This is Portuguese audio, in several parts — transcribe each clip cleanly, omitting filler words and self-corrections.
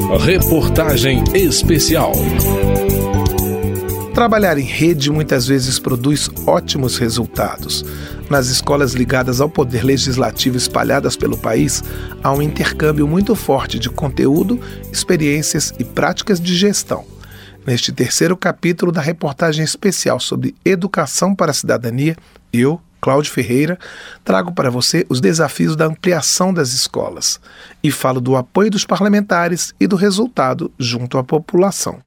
Reportagem especial. Trabalhar em rede muitas vezes produz ótimos resultados. Nas escolas ligadas ao poder legislativo espalhadas pelo país, há um intercâmbio muito forte de conteúdo, experiências e práticas de gestão. Neste terceiro capítulo da reportagem especial sobre educação para a cidadania, eu, Cláudio Ferreira, trago para você os desafios da ampliação das escolas e falo do apoio dos parlamentares e do resultado junto à população.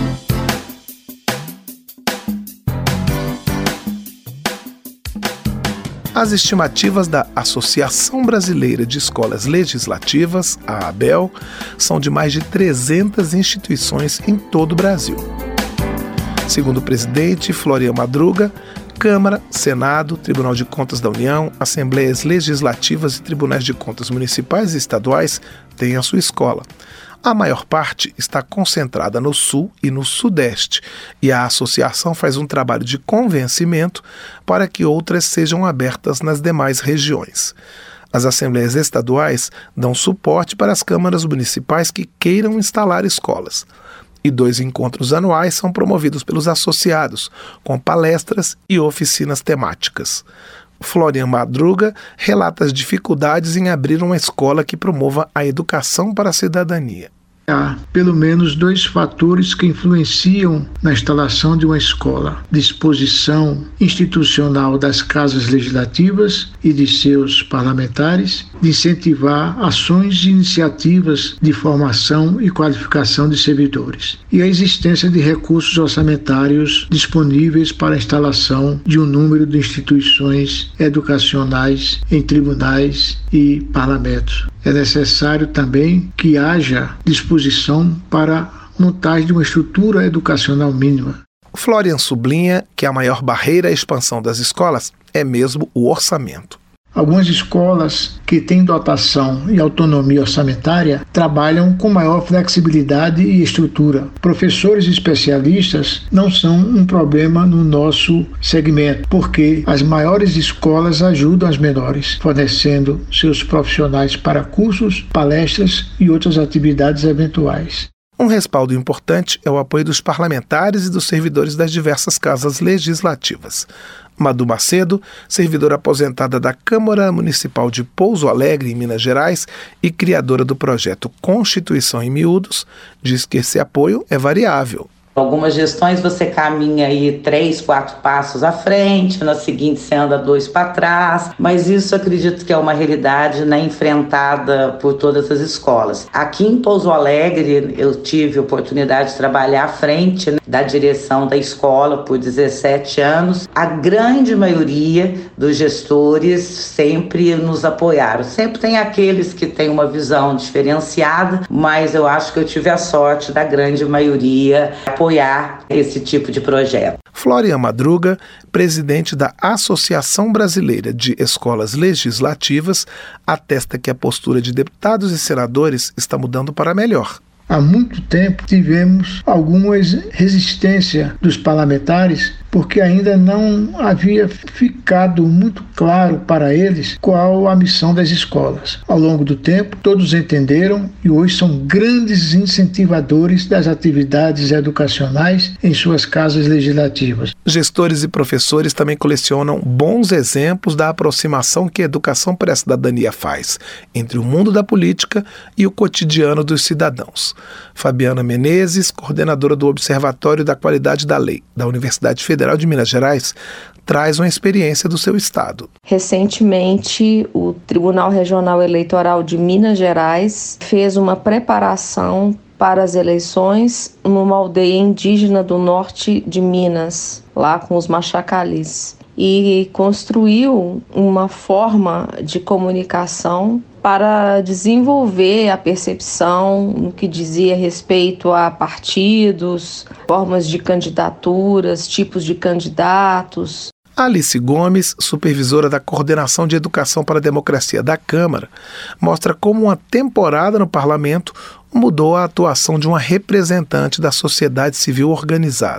As estimativas da Associação Brasileira de Escolas Legislativas, a ABEL, são de mais de 300 instituições em todo o Brasil. Segundo o presidente Florian Madruga, Câmara, Senado, Tribunal de Contas da União, Assembleias Legislativas e Tribunais de Contas Municipais e Estaduais têm a sua escola. A maior parte está concentrada no Sul e no Sudeste, e a associação faz um trabalho de convencimento para que outras sejam abertas nas demais regiões. As assembleias estaduais dão suporte para as câmaras municipais que queiram instalar escolas. E 2 encontros anuais são promovidos pelos associados, com palestras e oficinas temáticas. Florian Madruga relata as dificuldades em abrir uma escola que promova a educação para a cidadania. Há pelo menos 2 fatores que influenciam na instalação de uma escola: disposição institucional das casas legislativas e de seus parlamentares, de incentivar ações e iniciativas de formação e qualificação de servidores, e a existência de recursos orçamentários disponíveis para a instalação de um número de instituições educacionais em tribunais e parlamentos. É necessário também que haja disposição para a montagem de uma estrutura educacional mínima. Florian sublinha que a maior barreira à expansão das escolas é mesmo o orçamento. Algumas escolas que têm dotação e autonomia orçamentária trabalham com maior flexibilidade e estrutura. Professores especialistas não são um problema no nosso segmento, porque as maiores escolas ajudam as menores, fornecendo seus profissionais para cursos, palestras e outras atividades eventuais. Um respaldo importante é o apoio dos parlamentares e dos servidores das diversas casas legislativas. Madu Macedo, servidora aposentada da Câmara Municipal de Pouso Alegre, em Minas Gerais, e criadora do projeto Constituição em Miúdos, diz que esse apoio é variável. Algumas gestões você caminha aí 3, 4 passos à frente, na seguinte você anda 2 para trás, mas isso acredito que é uma realidade, né, enfrentada por todas as escolas. Aqui em Pouso Alegre eu tive a oportunidade de trabalhar à frente, né, da direção da escola por 17 anos. A grande maioria dos gestores sempre nos apoiaram. Sempre tem aqueles que têm uma visão diferenciada, mas eu acho que eu tive a sorte da grande maioria apoiar esse tipo de projeto. Florian Madruga, presidente da Associação Brasileira de Escolas Legislativas, atesta que a postura de deputados e senadores está mudando para melhor. Há muito tempo tivemos alguma resistência dos parlamentares porque ainda não havia ficado muito claro para eles qual a missão das escolas. Ao longo do tempo, todos entenderam e hoje são grandes incentivadores das atividades educacionais em suas casas legislativas. Gestores e professores também colecionam bons exemplos da aproximação que a educação para a cidadania faz entre o mundo da política e o cotidiano dos cidadãos. Fabiana Menezes, coordenadora do Observatório da Qualidade da Lei da Universidade Federal de Minas Gerais, traz uma experiência do seu estado. Recentemente, o Tribunal Regional Eleitoral de Minas Gerais fez uma preparação para as eleições numa aldeia indígena do norte de Minas, lá com os Machacalis, e construiu uma forma de comunicação para desenvolver a percepção no que dizia respeito a partidos, formas de candidaturas, tipos de candidatos. Alice Gomes, supervisora da Coordenação de Educação para a Democracia da Câmara, mostra como uma temporada no parlamento mudou a atuação de uma representante da sociedade civil organizada.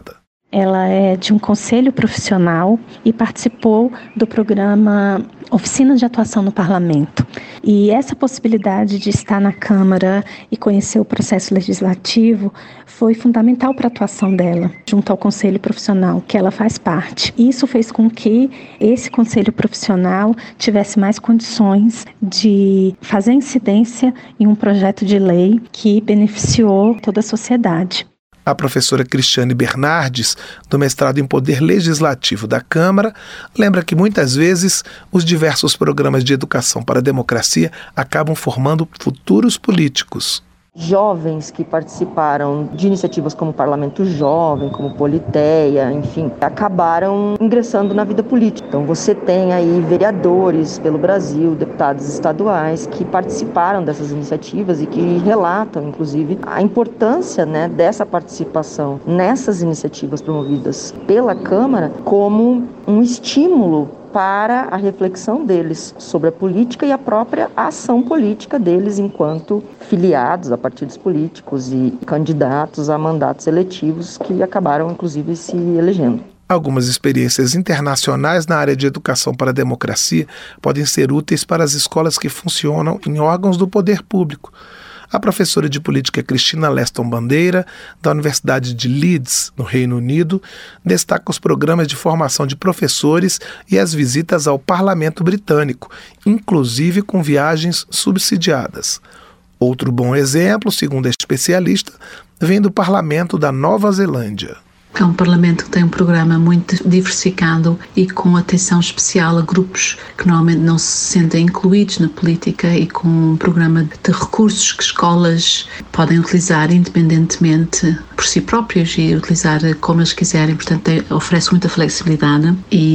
Ela é de um conselho profissional e participou do programa Oficinas de Atuação no Parlamento. E essa possibilidade de estar na Câmara e conhecer o processo legislativo foi fundamental para a atuação dela, junto ao conselho profissional, que ela faz parte. Isso fez com que esse conselho profissional tivesse mais condições de fazer incidência em um projeto de lei que beneficiou toda a sociedade. A professora Cristiane Bernardes, do mestrado em Poder Legislativo da Câmara, lembra que muitas vezes os diversos programas de educação para a democracia acabam formando futuros políticos. Jovens que participaram de iniciativas como Parlamento Jovem, como Politeia, enfim, acabaram ingressando na vida política. Então você tem aí vereadores pelo Brasil, deputados estaduais que participaram dessas iniciativas e que relatam, inclusive, a importância, dessa participação nessas iniciativas promovidas pela Câmara como um estímulo para a reflexão deles sobre a política e a própria ação política deles enquanto filiados a partidos políticos e candidatos a mandatos eletivos que acabaram, inclusive, se elegendo. Algumas experiências internacionais na área de educação para a democracia podem ser úteis para as escolas que funcionam em órgãos do poder público. A professora de política Cristina Leston Bandeira, da Universidade de Leeds, no Reino Unido, destaca os programas de formação de professores e as visitas ao Parlamento Britânico, inclusive com viagens subsidiadas. Outro bom exemplo, segundo a especialista, vem do Parlamento da Nova Zelândia. É um parlamento que tem um programa muito diversificado e com atenção especial a grupos que normalmente não se sentem incluídos na política e com um programa de recursos que escolas podem utilizar independentemente por si próprios e utilizar como eles quiserem. Portanto, oferece muita flexibilidade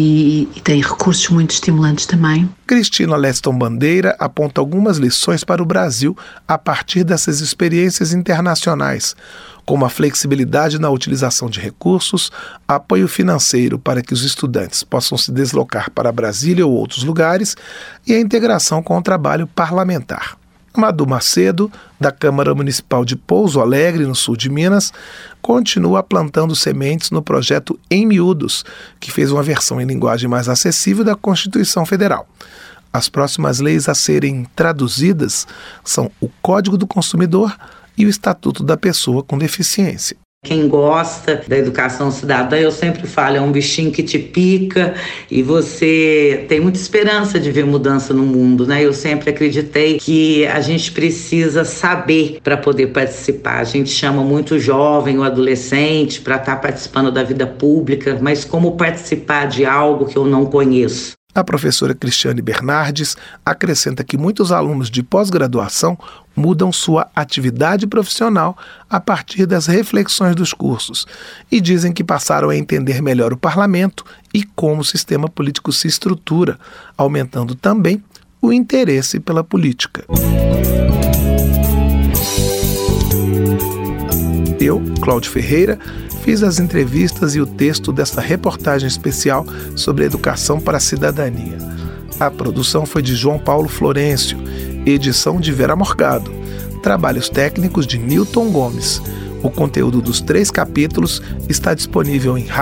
e tem recursos muito estimulantes também. Cristina Leston Bandeira aponta algumas lições para o Brasil a partir dessas experiências internacionais, como a flexibilidade na utilização de recursos, apoio financeiro para que os estudantes possam se deslocar para Brasília ou outros lugares e a integração com o trabalho parlamentar. Madu Macedo, da Câmara Municipal de Pouso Alegre, no sul de Minas, continua plantando sementes no projeto Em Miúdos, que fez uma versão em linguagem mais acessível da Constituição Federal. As próximas leis a serem traduzidas são o Código do Consumidor e o Estatuto da Pessoa com Deficiência. Quem gosta da educação cidadã, eu sempre falo, é um bichinho que te pica e você tem muita esperança de ver mudança no mundo, Eu sempre acreditei que a gente precisa saber para poder participar. A gente chama muito o jovem, o adolescente para estar participando da vida pública, mas como participar de algo que eu não conheço? A professora Cristiane Bernardes acrescenta que muitos alunos de pós-graduação mudam sua atividade profissional a partir das reflexões dos cursos e dizem que passaram a entender melhor o parlamento e como o sistema político se estrutura, aumentando também o interesse pela política. Eu, Cláudio Ferreira, fiz as entrevistas e o texto desta reportagem especial sobre educação para a cidadania. A produção foi de João Paulo Florencio, edição de Vera Morgado, trabalhos técnicos de Newton Gomes. O conteúdo dos 3 capítulos está disponível em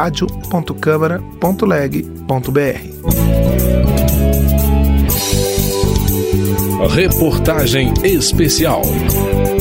radio.câmara.leg.br. Reportagem especial.